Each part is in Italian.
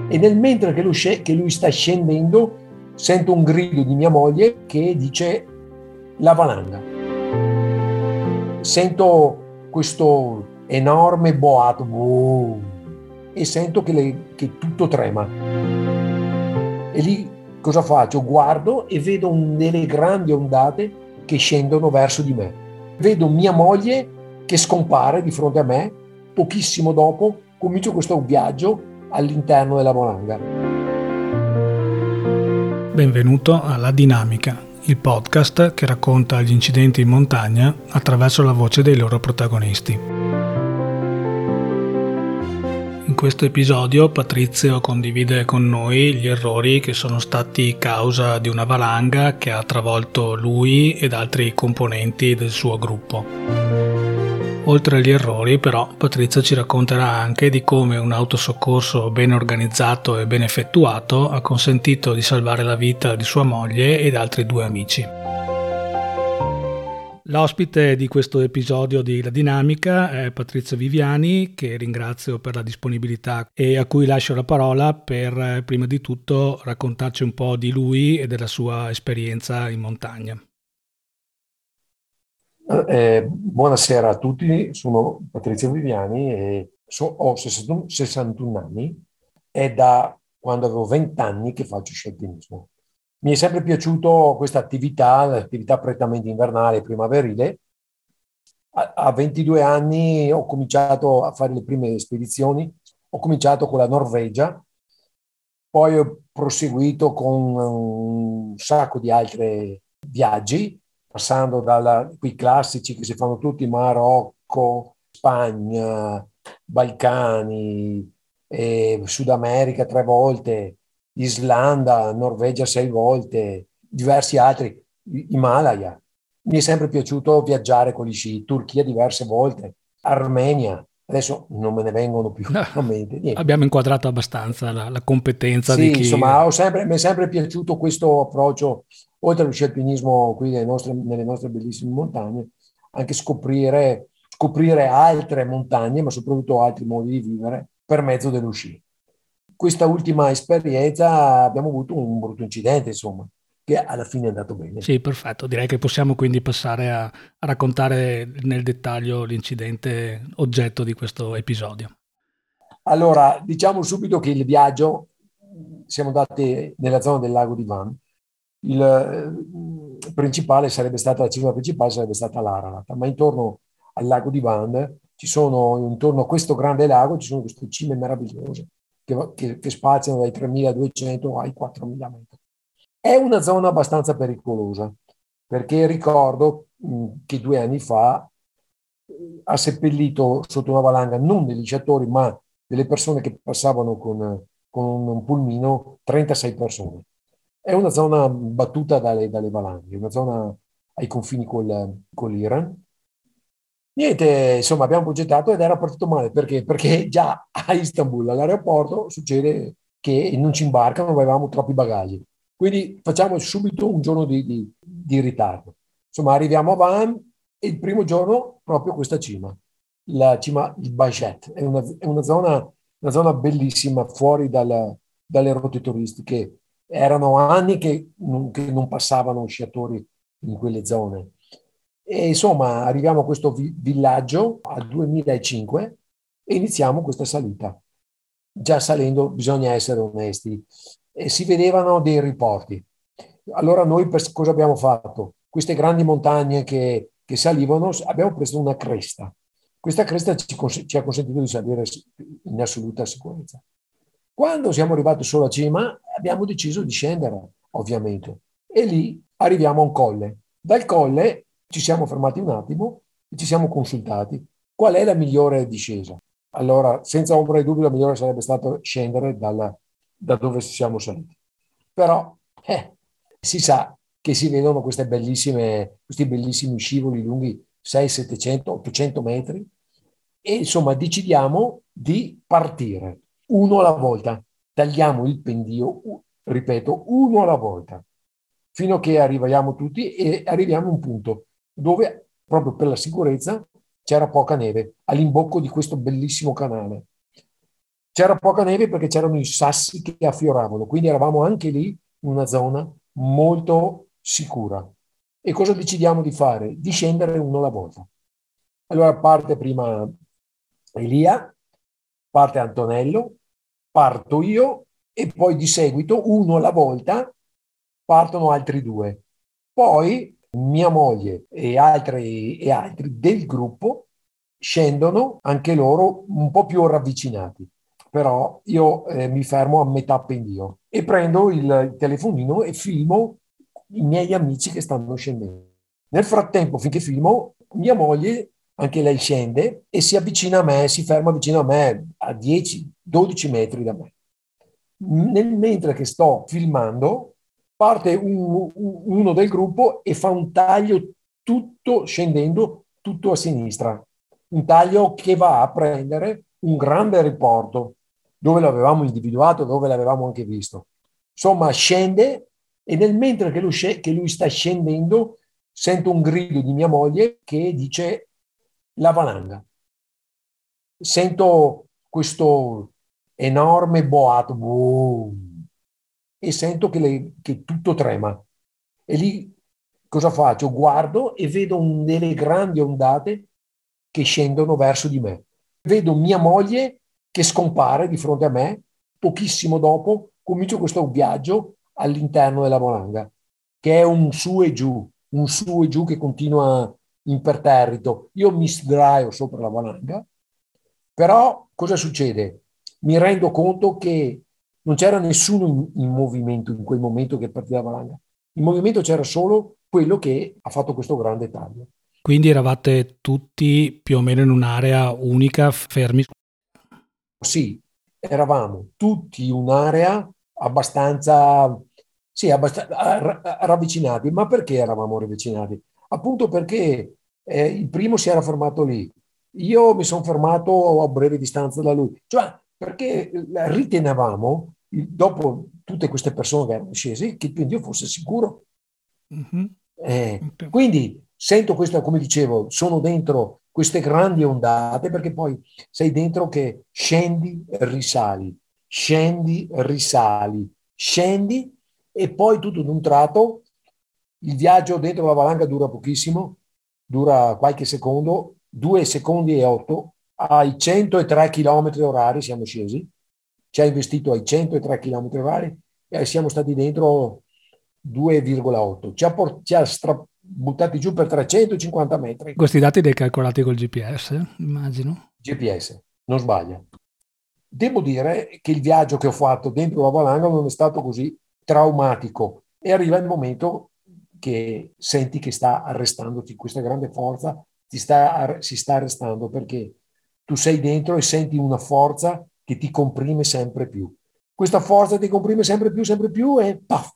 E nel mentre che lui sta scendendo, sento un grido di mia moglie che dice la valanga. Sento questo enorme boato, boom, e sento che tutto trema. E lì cosa faccio? Guardo e vedo delle grandi ondate che scendono verso di me. Vedo mia moglie che scompare di fronte a me. Pochissimo dopo comincio questo viaggio all'interno della valanga. Benvenuto alla Dinamica, il podcast che racconta gli incidenti in montagna attraverso la voce dei loro protagonisti. In questo episodio Patrizio condivide con noi gli errori che sono stati causa di una valanga che ha travolto lui ed altri componenti del suo gruppo. Oltre agli errori, però, Patrizio ci racconterà anche di come un autosoccorso ben organizzato e ben effettuato ha consentito di salvare la vita di sua moglie ed altri 2 amici. L'ospite di questo episodio di La Dinamica è Patrizio Viviani, che ringrazio per la disponibilità e a cui lascio la parola per, prima di tutto, raccontarci un po' di lui e della sua esperienza in montagna. Buonasera a tutti, sono Patrizio Viviani e ho 61 anni. È da quando avevo 20 anni che faccio sci alpinismo. Mi è sempre piaciuto questa attività, l'attività prettamente invernale e primaverile. A 22 anni ho cominciato a fare le prime spedizioni, ho cominciato con la Norvegia, poi ho proseguito con un sacco di altri viaggi, passando quei classici che si fanno tutti, Marocco, Spagna, Balcani, Sud America 3 volte, Islanda, Norvegia 6 volte, diversi altri, Himalaya. Mi è sempre piaciuto viaggiare con gli sci, Turchia diverse volte, Armenia, adesso non me ne vengono più a mente. Niente. Abbiamo inquadrato abbastanza la competenza di Sì, chi... insomma, mi è sempre piaciuto questo approccio, oltre allo sci alpinismo qui nelle nostre bellissime montagne, anche scoprire altre montagne, ma soprattutto altri modi di vivere per mezzo dello sci. Questa ultima esperienza abbiamo avuto un brutto incidente, insomma, che alla fine è andato bene. Sì, perfetto. Direi che possiamo quindi passare a raccontare nel dettaglio l'incidente oggetto di questo episodio. Allora, diciamo subito che il viaggio, siamo andati nella zona del lago di Van, la cima principale sarebbe stata l'Ararat, ma intorno al lago di Van intorno a questo grande lago, ci sono queste cime meravigliose che spaziano dai 3.200 ai 4.000 metri. È una zona abbastanza pericolosa, perché ricordo che 2 anni fa ha seppellito sotto una valanga non degli sciatori, ma delle persone che passavano con un pulmino, 36 persone. È una zona battuta dalle valanghe, una zona ai confini con l'Iran. Niente, insomma, abbiamo progettato ed era partito male. Perché? Perché già a Istanbul, all'aeroporto, succede che non ci imbarcano, avevamo troppi bagagli. Quindi facciamo subito un giorno di ritardo. Insomma, arriviamo a Van e il primo giorno proprio questa cima, la cima, il Bajet. È una zona bellissima, fuori dalle rotte turistiche. Erano anni che non passavano sciatori in quelle zone. E insomma, arriviamo a questo villaggio al 2005 e iniziamo questa salita. Già salendo bisogna essere onesti. E si vedevano dei riporti. Allora noi cosa abbiamo fatto? Queste grandi montagne che salivano, abbiamo preso una cresta. Questa cresta ci ha consentito di salire in assoluta sicurezza. Quando siamo arrivati sulla cima, abbiamo deciso di scendere, ovviamente. E lì arriviamo a un colle. Dal colle ci siamo fermati un attimo e ci siamo consultati. Qual è la migliore discesa? Allora, senza ombra di dubbio, la migliore sarebbe stato scendere da dove siamo saliti. Però si sa che si vedono questi bellissimi scivoli lunghi 600, 700, 800 metri e insomma decidiamo di partire uno alla volta. Tagliamo il pendio, ripeto, uno alla volta, fino a che arriviamo tutti e arriviamo a un punto dove, proprio per la sicurezza, c'era poca neve, all'imbocco di questo bellissimo canale. C'era poca neve perché c'erano i sassi che affioravano, quindi eravamo anche lì in una zona molto sicura. E cosa decidiamo di fare? Di scendere uno alla volta. Allora parte prima Elia, parte Antonello, parto io e poi di seguito, uno alla volta, partono altri due. Poi mia moglie e altri del gruppo scendono anche loro un po' più ravvicinati, però io mi fermo a metà pendio e prendo il telefonino e filmo i miei amici che stanno scendendo. Nel frattempo, finché filmo, mia moglie, anche lei scende e si avvicina a me, si ferma vicino a me a 10-12 metri da me. Mentre che sto filmando, parte uno del gruppo e fa un taglio tutto scendendo, tutto a sinistra. Un taglio che va a prendere un grande riporto dove l'avevamo individuato, dove l'avevamo anche visto. Insomma, scende e nel mentre che lui sta scendendo, sento un grido di mia moglie che dice la valanga. Sento questo enorme boato, boom, e sento che tutto trema. E lì cosa faccio? Guardo e vedo delle grandi ondate che scendono verso di me. Vedo mia moglie che scompare di fronte a me. Pochissimo dopo comincio questo viaggio all'interno della valanga, che è un su e giù che continua imperterrito. Io mi sdraio sopra la valanga, però cosa succede? Mi rendo conto che non c'era nessuno in movimento in quel momento che partiva la valanga. In movimento c'era solo quello che ha fatto questo grande taglio. Quindi eravate tutti più o meno in un'area unica, fermi? Sì, eravamo tutti in un'area abbastanza, sì, abbastanza ravvicinati. Ma perché eravamo ravvicinati? Appunto perché il primo si era fermato lì, io mi sono fermato a breve distanza da lui, cioè perché ritenevamo, dopo tutte queste persone che erano scese, che io fosse sicuro. Mhm. Ok. Quindi sento questo, come dicevo, sono dentro queste grandi ondate perché poi sei dentro che scendi, risali, scendi e poi tutto d'un tratto il viaggio dentro la valanga dura pochissimo, dura qualche secondo, 2 secondi e 8, ai 103 km orari siamo scesi, ci ha investito ai 103 km orari e siamo stati dentro 2,8. Ci ha buttati giù per 350 metri. Questi dati li hai calcolati col GPS, immagino. GPS, non sbaglia. Devo dire che il viaggio che ho fatto dentro la valanga non è stato così traumatico e arriva il momento che senti che sta arrestandoti, questa grande forza si sta arrestando perché tu sei dentro e senti una forza che ti comprime sempre più. Questa forza ti comprime sempre più e paf,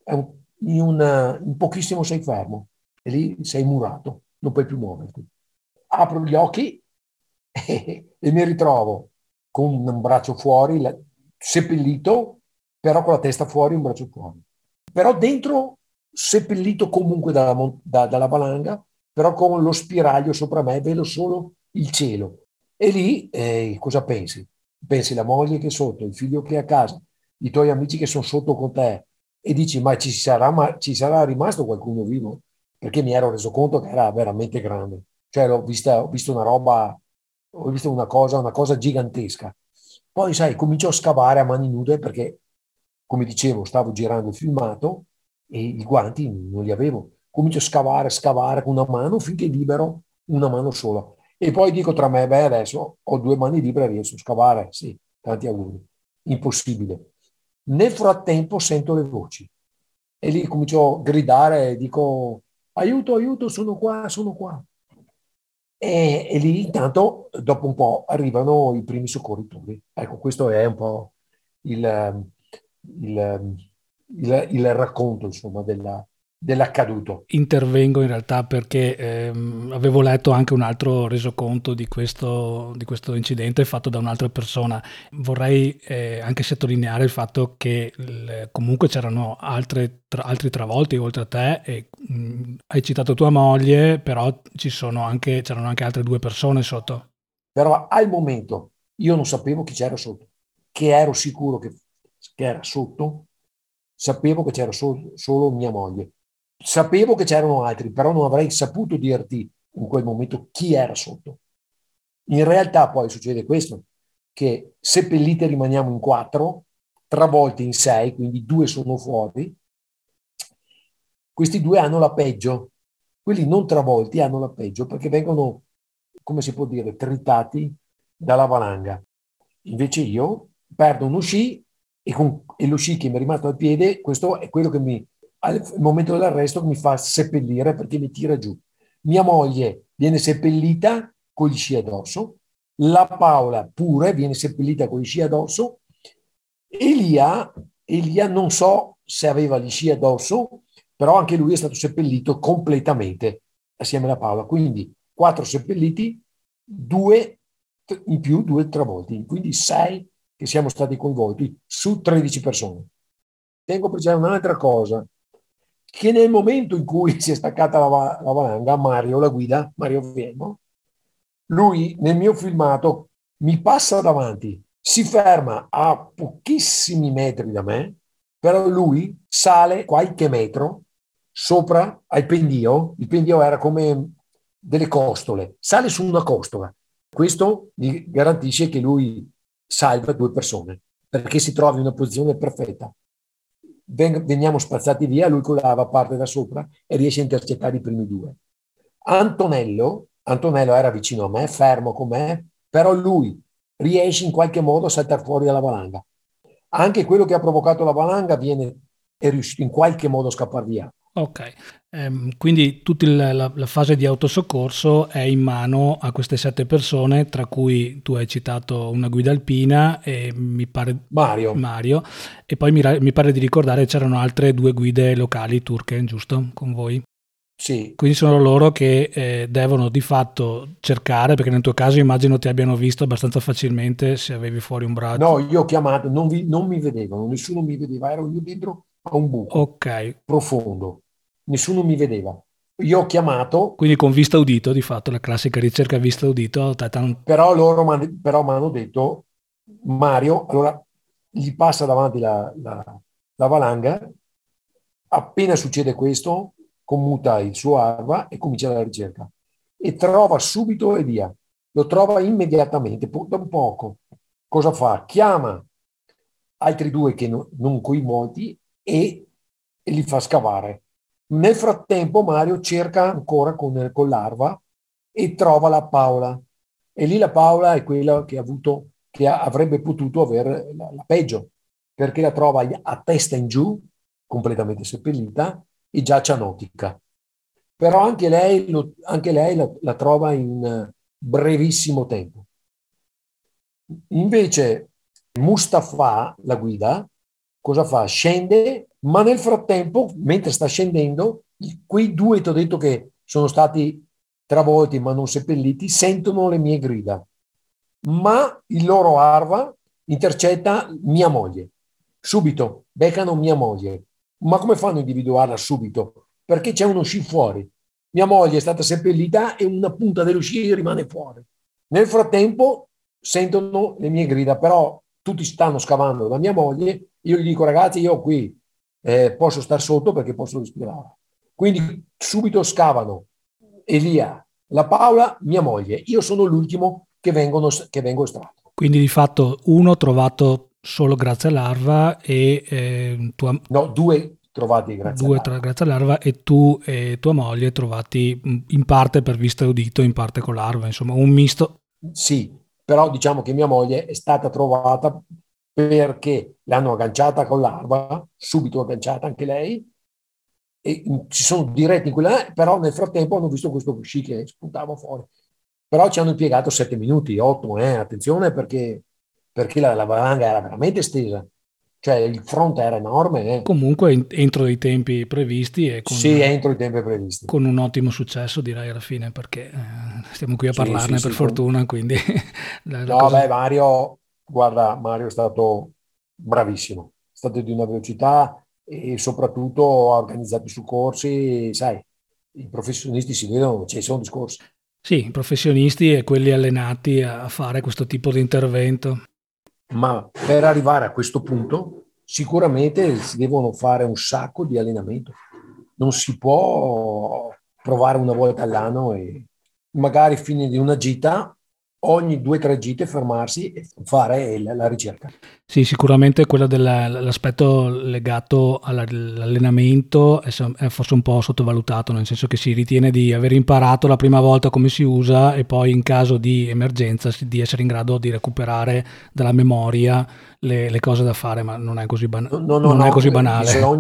in pochissimo sei fermo e lì sei murato, non puoi più muoverti. Apro gli occhi e mi ritrovo con un braccio fuori, seppellito, però con la testa fuori, un braccio fuori. Però dentro, seppellito comunque dalla valanga, però con lo spiraglio sopra me, vedo solo il cielo. E lì cosa pensi? Pensi la moglie che è sotto, il figlio che è a casa, i tuoi amici che sono sotto con te e dici ma ci sarà rimasto qualcuno vivo? Perché mi ero reso conto che era veramente grande. Cioè ho visto una roba, ho visto una cosa gigantesca. Poi, sai, comincio a scavare a mani nude perché, come dicevo, stavo girando il filmato e i guanti non li avevo. Comincio a scavare con una mano finché libero una mano sola. E poi dico tra me, beh, adesso ho 2 mani libere, riesco a scavare. Sì, tanti auguri. Impossibile. Nel frattempo sento le voci e lì comincio a gridare e dico, aiuto, aiuto, sono qua, sono qua. E lì intanto, dopo un po', arrivano i primi soccorritori. Ecco, questo è un po' il, il, il racconto, insomma, dell'accaduto. Intervengo in realtà perché avevo letto anche un altro resoconto di questo incidente fatto da un'altra persona. Vorrei anche sottolineare il fatto che comunque c'erano altri travolti oltre a te e hai citato tua moglie, però c'erano anche altre 2 persone sotto. Però al momento io non sapevo chi c'era sotto. che ero sicuro che era sotto, sapevo che c'era solo mia moglie. Sapevo che c'erano altri, però non avrei saputo dirti in quel momento chi era sotto. In realtà poi succede questo, che seppellite rimaniamo in 4, travolti in 6, quindi 2 sono fuori. Questi 2 hanno la peggio. Quelli non travolti hanno la peggio perché vengono, come si può dire, tritati dalla valanga. Invece io perdo uno sci e lo sci che mi è rimasto al piede, questo è quello che al momento dell'arresto mi fa seppellire perché mi tira giù. Mia moglie viene seppellita con gli sci addosso, la Paola pure viene seppellita con gli sci addosso, Elia non so se aveva gli sci addosso, però anche lui è stato seppellito completamente assieme alla Paola. Quindi 4 seppelliti, 2 in più, 2 travolti, quindi 6 che siamo stati coinvolti su 13 persone. Tengo a precisare un'altra cosa, che nel momento in cui si è staccata la valanga, Mario, la guida, Mario Vienno, lui nel mio filmato mi passa davanti, si ferma a pochissimi metri da me, però lui sale qualche metro sopra al pendio. Il pendio era come delle costole, sale su una costola. Questo gli garantisce che lui salva 2 persone perché si trova in una posizione perfetta. Veniamo spazzati via, lui colava parte da sopra e riesce a intercettare i primi 2. Antonello era vicino a me, fermo con me, però lui riesce in qualche modo a saltare fuori dalla valanga. Anche quello che ha provocato la valanga è riuscito in qualche modo a scappare via. Ok, quindi tutta la fase di autosoccorso è in mano a queste 7 persone, tra cui tu hai citato una guida alpina e mi pare Mario, e poi mi pare di ricordare c'erano altre 2 guide locali turche, giusto? Con voi? Sì. Quindi sono loro che devono di fatto cercare, perché nel tuo caso immagino ti abbiano visto abbastanza facilmente se avevi fuori un braccio. No, io ho chiamato, non mi vedevano, nessuno mi vedeva, ero io dentro a un buco profondo, nessuno mi vedeva. Io ho chiamato. Quindi con vista udito, di fatto, la classica ricerca vista udito. Però loro mi hanno detto, Mario, allora gli passa davanti la valanga, appena succede questo, commuta il suo arma e comincia la ricerca. E trova subito Elia, lo trova immediatamente, da un poco. Cosa fa? Chiama altri 2 che non coinvolti e li fa scavare. Nel frattempo Mario cerca ancora con l'arva e trova la Paola. E lì la Paola è quella che avrebbe potuto avere la peggio, perché la trova a testa in giù, completamente seppellita, e già cianotica. Però anche lei la trova in brevissimo tempo. Invece Mustafa, la guida, cosa fa? Scende, ma nel frattempo, mentre sta scendendo, quei 2 ti ho detto che sono stati travolti ma non seppelliti, sentono le mie grida. Ma il loro arva intercetta mia moglie. Subito, beccano mia moglie. Ma come fanno a individuarla subito? Perché c'è uno sci fuori. Mia moglie è stata seppellita e una punta dello sci rimane fuori. Nel frattempo sentono le mie grida, però tutti stanno scavando da mia moglie. Io gli dico, ragazzi, io qui posso star sotto perché posso respirare. Quindi subito scavano Elia, la Paola, mia moglie. Io sono l'ultimo che vengo estratto. Quindi di fatto uno trovato solo grazie all'arva e No, 2 trovati grazie all'arva. Grazie all'arva e tu e tua moglie trovati in parte per vista udito, in parte con l'arva, insomma un misto. Sì, però diciamo che mia moglie è stata trovata perché l'hanno agganciata con l'arva, subito agganciata anche lei, e ci sono diretti in quella, però nel frattempo hanno visto questo sci che spuntava fuori. Però ci hanno impiegato 7 minuti, 8, attenzione perché la valanga era veramente estesa. Cioè il fronte era enorme. Comunque entro i tempi previsti e entro i tempi previsti. Con un ottimo successo direi alla fine, perché stiamo qui a parlarne per fortuna, quindi... Mario, guarda, Mario è stato bravissimo, è stato di una velocità e soprattutto ha organizzato i soccorsi, sai, i professionisti si vedono, ci sono discorsi. Sì, i professionisti e quelli allenati a fare questo tipo di intervento. Ma per arrivare a questo punto sicuramente si devono fare un sacco di allenamento. Non si può provare una volta all'anno e magari fine di una gita, ogni 2 o 3 gite fermarsi e fare la ricerca. Sì, sicuramente quello dell'aspetto legato all'allenamento è forse un po' sottovalutato, nel senso che si ritiene di aver imparato la prima volta come si usa e poi in caso di emergenza di essere in grado di recuperare dalla memoria le cose da fare, ma non è così, No, no, no, non è no, così banale.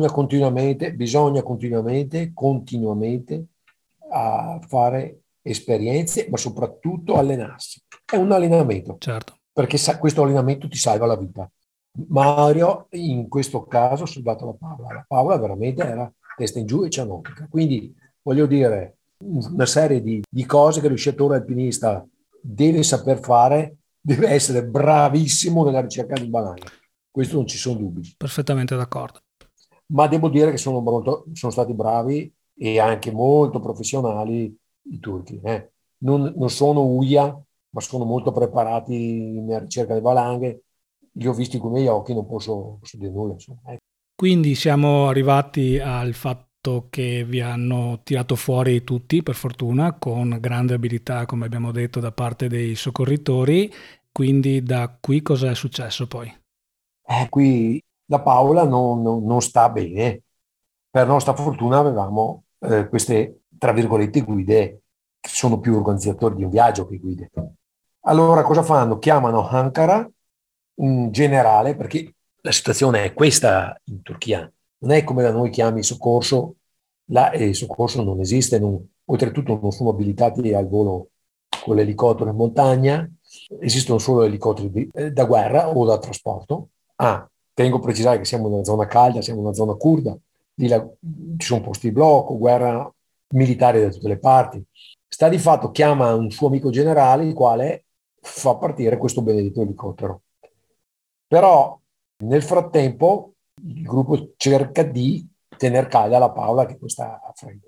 bisogna continuamente a fare esperienze, ma soprattutto allenarsi. È un allenamento, Certo. perché questo allenamento ti salva la vita. Mario in questo caso ha salvato la Paola. La Paola veramente era testa in giù e cianotica. Quindi voglio dire, una serie di cose che lo sciatore alpinista deve saper fare, deve essere bravissimo nella ricerca di valanga. Questo non ci sono dubbi. Perfettamente d'accordo. Ma devo dire che sono stati bravi e anche molto professionali i turchi. Non sono uia, ma sono molto preparati nella ricerca delle valanghe. Li ho visti con i miei occhi, non posso dire nulla. Insomma. Quindi siamo arrivati al fatto che vi hanno tirato fuori tutti, per fortuna, con grande abilità, come abbiamo detto, da parte dei soccorritori. Quindi da qui cosa è successo poi? Qui la Paola non sta bene. Per nostra fortuna avevamo queste, tra virgolette, guide che sono più organizzatori di un viaggio che guide. Allora cosa fanno? Chiamano Ankara, un generale, perché la situazione è questa in Turchia. Non è come da noi chiami il soccorso, là il soccorso non esiste, oltretutto non sono abilitati al volo con l'elicottero in montagna, esistono solo elicotteri da guerra o da trasporto. Tengo a precisare che siamo in una zona calda, siamo in una zona curda, ci sono posti di blocco, guerra militare da tutte le parti. Sta di fatto chiama un suo amico generale, il quale fa partire questo benedetto elicottero. Però nel frattempo il gruppo cerca di tenere calda la Paola che questa ha freddo.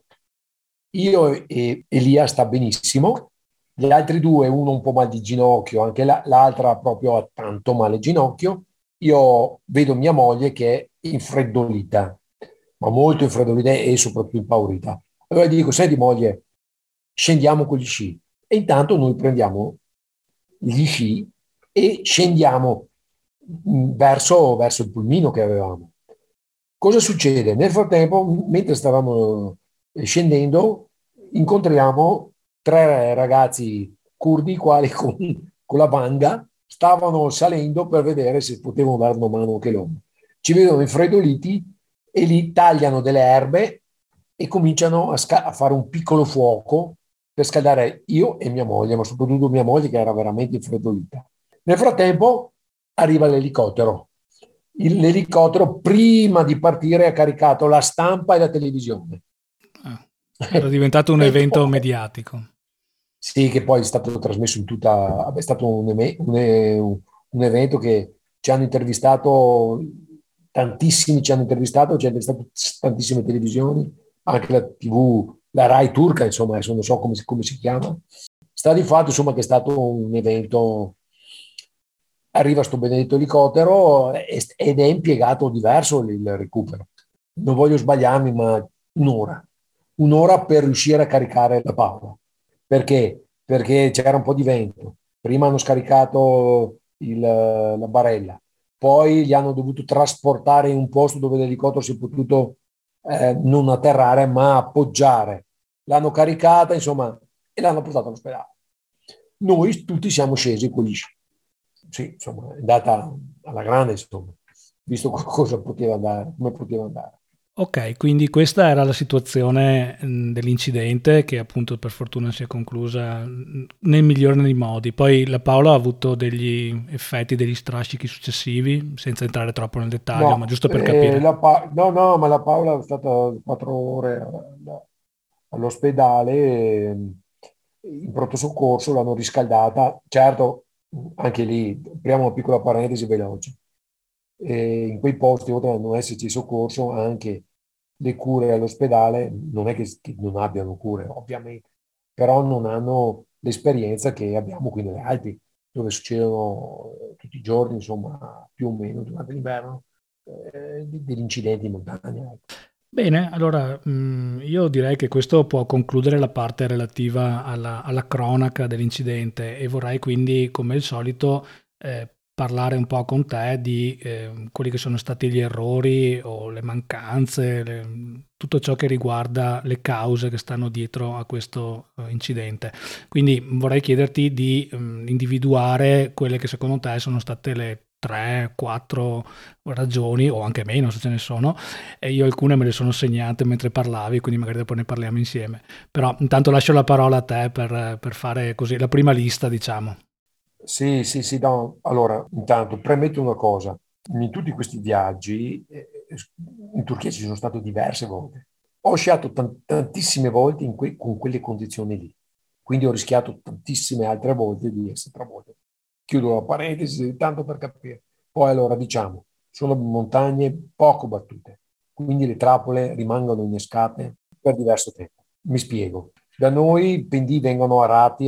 Io e Elia sta benissimo, gli altri due, uno un po' mal di ginocchio, anche l'altra proprio ha tanto male ginocchio. Io vedo mia moglie che è infreddolita, ma molto infreddolita e soprattutto impaurita. Allora gli dico, senti moglie, scendiamo con gli sci. E intanto noi prendiamo gli sci e scendiamo verso il pulmino che avevamo. Cosa succede? Nel frattempo, mentre stavamo scendendo, incontriamo 3 ragazzi curdi, i quali con la banga stavano salendo per vedere se potevano dare una mano anche loro. Ci vedono infreddoliti e lì tagliano delle erbe e cominciano a fare un piccolo fuoco per scaldare io e mia moglie, ma soprattutto mia moglie che era veramente infreddolita. Nel frattempo arriva l'elicottero. L'elicottero prima di partire ha caricato la stampa e la televisione. Ah, era diventato un E evento poi, mediatico. sì, che poi è stato trasmesso in tutta, è stato un evento che ci hanno intervistato, tantissimi ci hanno intervistato, ci hanno intervistato tantissime televisioni, anche la TV, la Rai turca, insomma, adesso non so come si chiama. Sta di fatto, insomma, che è stato un evento. Arriva sto benedetto elicottero ed è impiegato diverso il recupero. Non voglio sbagliarmi, ma un'ora. Un'ora per riuscire a caricare la Paola. Perché? Perché c'era un po' di vento. Prima hanno scaricato la barella, poi li hanno dovuto trasportare in un posto dove l'elicottero si è potuto non atterrare, ma appoggiare. L'hanno caricata, insomma, e l'hanno portata all'ospedale. Noi tutti siamo scesi con gli sci. Sì, insomma, è andata alla grande, insomma, visto cosa poteva andare, come poteva andare. Ok, quindi questa era la situazione dell'incidente che appunto per fortuna si è conclusa nel migliore dei modi. Poi la Paola ha avuto degli effetti, degli strascichi successivi, senza entrare troppo nel dettaglio, ma No, giusto per capire. no, no, ma la Paola è stata 4 ore all'ospedale, in pronto soccorso, l'hanno riscaldata. Certo, anche lì, apriamo una piccola parentesi veloce. In quei posti, oltre a non esserci soccorso, anche le cure all'ospedale non è che non abbiano cure, ovviamente, però non hanno l'esperienza che abbiamo qui nelle Alpi. dove succedono tutti i giorni, insomma, più o meno durante l'inverno, degli incidenti in montagna. Bene, allora io direi che questo può concludere la parte relativa alla cronaca dell'incidente e vorrei quindi, come al solito, parlare un po' con te di quelli che sono stati gli errori o le mancanze, tutto ciò che riguarda le cause che stanno dietro a questo incidente. Quindi vorrei chiederti di individuare quelle che secondo te sono state le 3-4 ragioni, o anche meno se ce ne sono, e io alcune me le sono segnate mentre parlavi, quindi magari dopo ne parliamo insieme. Però intanto lascio la parola a te per fare così la prima lista, diciamo. Sì, sì, sì, no. Allora, intanto premetto una cosa. In tutti questi viaggi, in Turchia ci sono stato diverse volte. Ho sciato tantissime volte con quelle condizioni lì. Quindi ho rischiato tantissime altre volte di essere travolto. Chiudo la parentesi, tanto per capire. Poi allora, diciamo, sono montagne poco battute, quindi le trappole rimangono innescate per diverso tempo. Mi spiego. Da noi i pendii vengono arati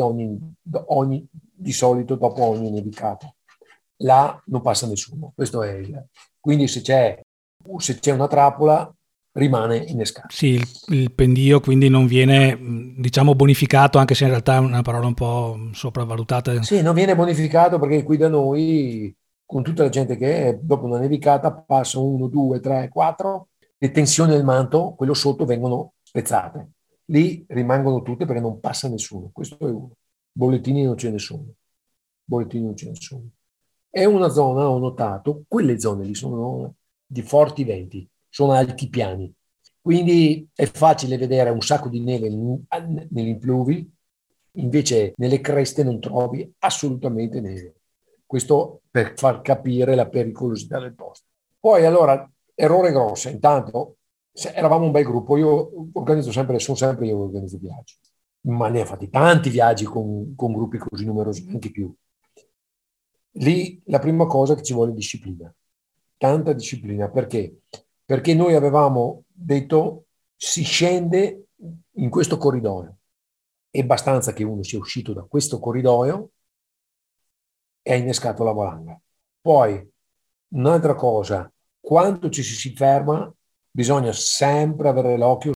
di solito dopo ogni nevicato. Là non passa nessuno. Questo è quindi se c'è una trappola rimane innescata. Sì, il pendio quindi non viene, diciamo, bonificato, anche se in realtà è una parola un po' sopravvalutata. Sì, non viene bonificato perché qui da noi, con tutta la gente che è, dopo una nevicata passa 1, 2, 3, 4, le tensioni del manto, quello sotto, vengono spezzate. Lì rimangono tutte perché non passa nessuno. Questo è uno. Bollettini non ce ne sono. Bollettini non ce ne sono. È una zona, ho notato, quelle zone lì sono di forti venti, sono altipiani. Quindi è facile vedere un sacco di neve negli impluvi, invece nelle creste non trovi assolutamente neve. Questo per far capire la pericolosità del posto. Poi allora, errore grosso, intanto eravamo un bel gruppo, io organizzo sempre, sono sempre io che organizzo viaggi, ma ne ho fatti tanti viaggi con gruppi così numerosi, anche più. Lì la prima cosa è che ci vuole disciplina, tanta disciplina, perché? Perché noi avevamo detto si scende in questo corridoio, è abbastanza che uno sia uscito da questo corridoio e ha innescato la valanga. Poi, un'altra cosa, quando ci si ferma, bisogna sempre avere l'occhio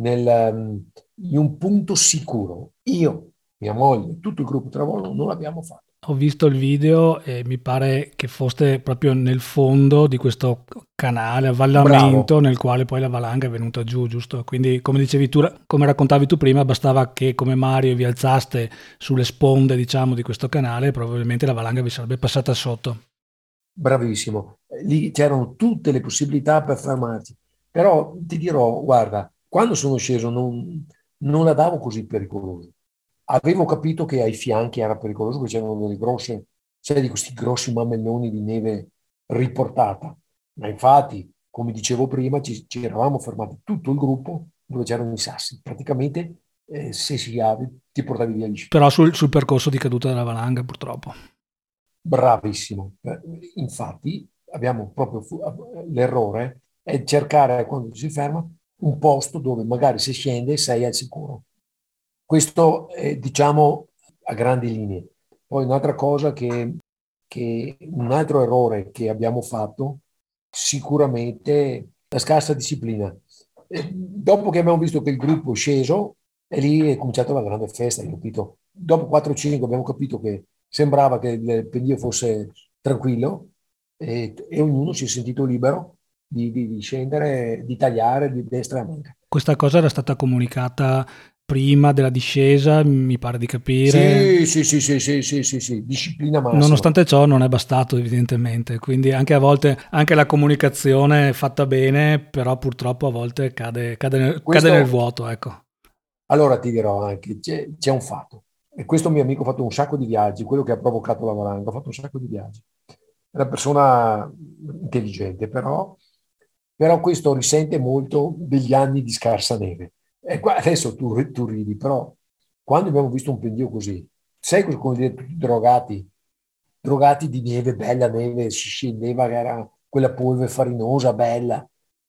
in un punto sicuro. Io, mia moglie, tutto il gruppo Travolno non l'abbiamo fatto. Ho visto il video e mi pare che foste proprio nel fondo di questo canale, Bravo, avvallamento, nel quale poi la valanga è venuta giù, giusto? Quindi, come dicevi tu, come raccontavi tu prima, bastava che come Mario vi alzaste sulle sponde, diciamo, di questo canale, probabilmente la valanga vi sarebbe passata sotto. bravissimo. Lì c'erano tutte le possibilità per fermarci. Però ti dirò, guarda, quando sono sceso non la davo così pericolosa. Avevo capito che ai fianchi era pericoloso perché c'erano delle grosse, sai, di questi grossi mammelloni di neve riportata. Ma infatti, come dicevo prima, ci eravamo fermati tutto il gruppo dove c'erano i sassi. Praticamente, se ti portavi via gli sci. Però sul percorso di caduta della valanga, purtroppo. Bravissimo. Infatti, abbiamo proprio l'errore è cercare, quando si ferma, un posto dove magari se scende sei al sicuro. Questo è, diciamo, a grandi linee. Poi un'altra cosa che un altro errore che abbiamo fatto, sicuramente la scarsa disciplina. Dopo che abbiamo visto che il gruppo è sceso, e lì è cominciata la grande festa, hai capito? Dopo 4-5 abbiamo capito che sembrava che il pendio fosse tranquillo e ognuno si è sentito libero di scendere, di tagliare di destra a manca. Questa cosa era stata comunicata prima della discesa, mi pare di capire. Sì, sì, sì, sì, sì, sì, sì, sì, disciplina massima. Nonostante ciò non è bastato evidentemente, quindi anche a volte anche la comunicazione è fatta bene, però purtroppo a volte cade nel Questo, vuoto, ecco. allora ti dirò anche, c'è un fatto. E questo mio amico ha fatto un sacco di viaggi, quello che ha provocato la valanga, ha fatto un sacco di viaggi. È una persona intelligente, però questo risente molto degli anni di scarsa neve. E qua adesso tu ridi, però quando abbiamo visto un pendio così, sai cosa vuol dire tutti drogati? Drogati di neve, bella neve, si scendeva, che era quella polvere farinosa, bella.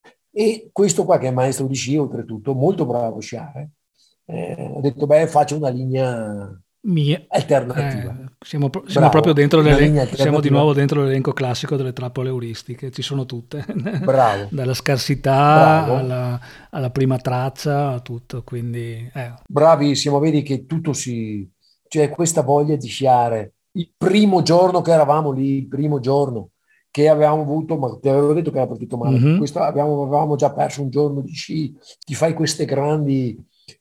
E questo qua che è maestro di sci, oltretutto, molto bravo a sciare, ha detto, beh, faccio una linea alternativa. Siamo proprio dentro l'elenco, siamo di nuovo dentro l'elenco classico delle trappole euristiche, ci sono tutte. Bravo. Dalla scarsità alla prima traccia, a tutto, quindi... Bravissimo, vedi che tutto cioè questa voglia di sciare, il primo giorno che eravamo lì, il primo giorno che avevamo avuto, ma ti avevo detto che era partito male, avevamo già perso un giorno di sci, ti fai questi grandi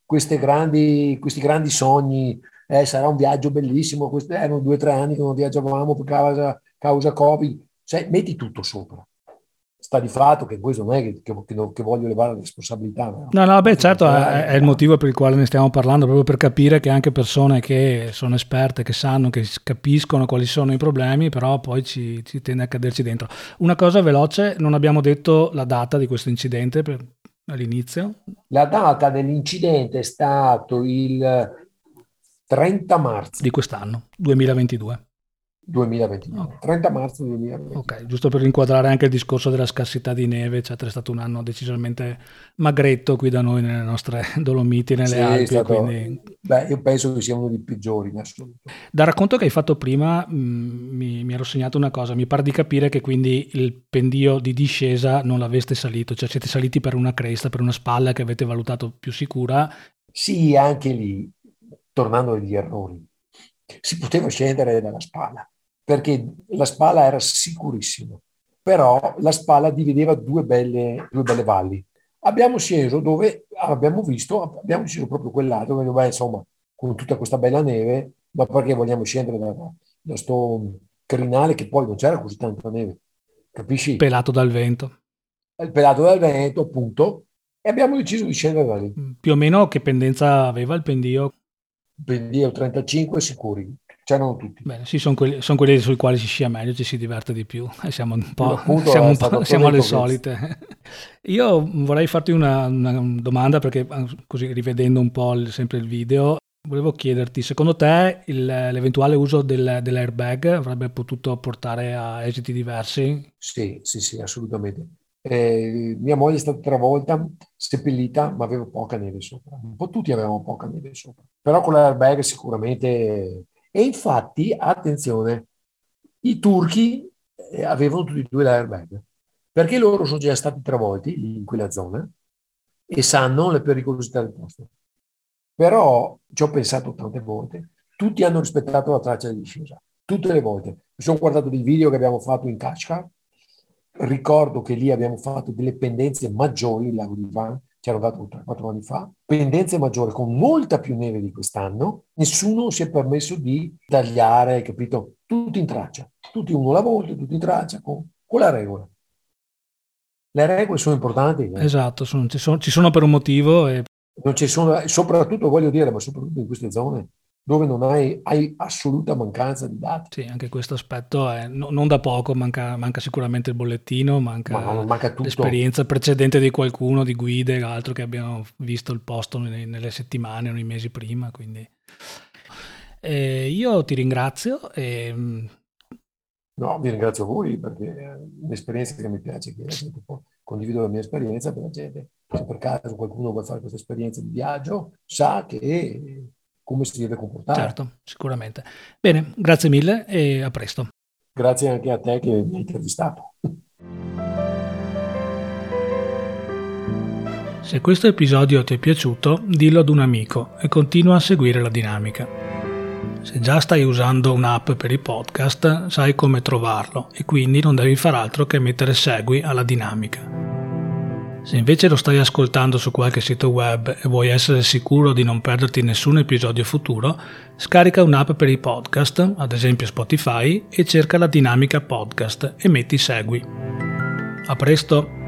sogni, sarà un viaggio bellissimo, erano 2 o 3 anni che non viaggiavamo per causa Covid, cioè, metti tutto sopra. Sta di fatto che questo non è che voglio levare la responsabilità. No, beh, certo, è il motivo per il quale ne stiamo parlando, proprio per capire che anche persone che sono esperte, che sanno, che capiscono quali sono i problemi, però poi ci tende a caderci dentro. Una cosa veloce, non abbiamo detto la data di questo incidente all'inizio. La data dell'incidente è stato il 30 marzo di quest'anno, 2022. 30 marzo 2022. Ok, giusto per inquadrare anche il discorso della scarsità di neve, eccetera, è stato un anno decisamente magretto qui da noi nelle nostre Dolomiti, nelle Alpi. Quindi... io penso che sia uno dei peggiori in assoluto. Dal racconto che hai fatto prima mi ero segnato una cosa, mi pare di capire che quindi il pendio di discesa non l'aveste salito, cioè siete saliti per una cresta, per una spalla che avete valutato più sicura. Sì, anche lì, tornando agli errori, si poteva scendere dalla spalla, perché la spalla era sicurissima, però la spalla divideva due belle valli. Abbiamo sceso dove abbiamo sceso proprio quel lato, dove, insomma, con tutta questa bella neve, ma perché vogliamo scendere da sto crinale che poi non c'era così tanta neve, capisci? Pelato dal vento. Pelato dal vento, appunto, e abbiamo deciso di scendere da lì. Più o meno che pendenza aveva il pendio? Pendio 35 sicuri. C'erano tutti. Bene, sì, sono quelli sui quali si scia meglio, ci si diverte di più. Siamo un po', siamo alle solite. Io vorrei farti una domanda, perché così rivedendo un po' sempre il video, volevo chiederti, secondo te l'eventuale uso dell'airbag avrebbe potuto portare a esiti diversi? Sì, assolutamente. Mia moglie è stata travolta, seppellita, ma aveva poca neve sopra. Un po' tutti avevano poca neve sopra. Però con l'airbag sicuramente... E infatti, attenzione, i turchi avevano tutti e due l'airbag, perché loro sono già stati travolti lì in quella zona e sanno le pericolosità del posto. Però ci ho pensato tante volte, tutti hanno rispettato la traccia di discesa, tutte le volte. Mi sono guardato dei video che abbiamo fatto in Kashgar, ricordo che lì abbiamo fatto delle pendenze maggiori, il lago di Van, ci hanno dato 3-4 anni fa, pendenze maggiori con molta più neve di quest'anno, nessuno si è permesso di tagliare, capito? Tutti in traccia, tutti uno alla volta, tutti in traccia, con la regola. Le regole sono importanti. Esatto, ci sono per un motivo. Non ci sono, soprattutto, voglio dire, ma soprattutto in queste zone dove non hai assoluta mancanza di dati. Sì, anche questo aspetto è non da poco, manca sicuramente il bollettino, manca l'esperienza precedente di qualcuno, di guide, altro che abbiano visto il posto nelle settimane o nei mesi prima. Quindi io ti ringrazio. No, vi ringrazio voi, perché è un'esperienza che mi piace, che condivido la mia esperienza per la gente. Se per caso qualcuno vuole fare questa esperienza di viaggio, sa che come si deve comportare. Certo, sicuramente. Bene, grazie mille e a presto. Grazie anche a te che mi hai intervistato. Se questo episodio ti è piaciuto, dillo ad un amico e continua a seguire la dinamica. Se già stai usando un'app per i podcast, sai come trovarlo e quindi non devi far altro che mettere segui alla dinamica. Se invece lo stai ascoltando su qualche sito web e vuoi essere sicuro di non perderti nessun episodio futuro, scarica un'app per i podcast, ad esempio Spotify, e cerca la dinamica podcast e metti segui. A presto!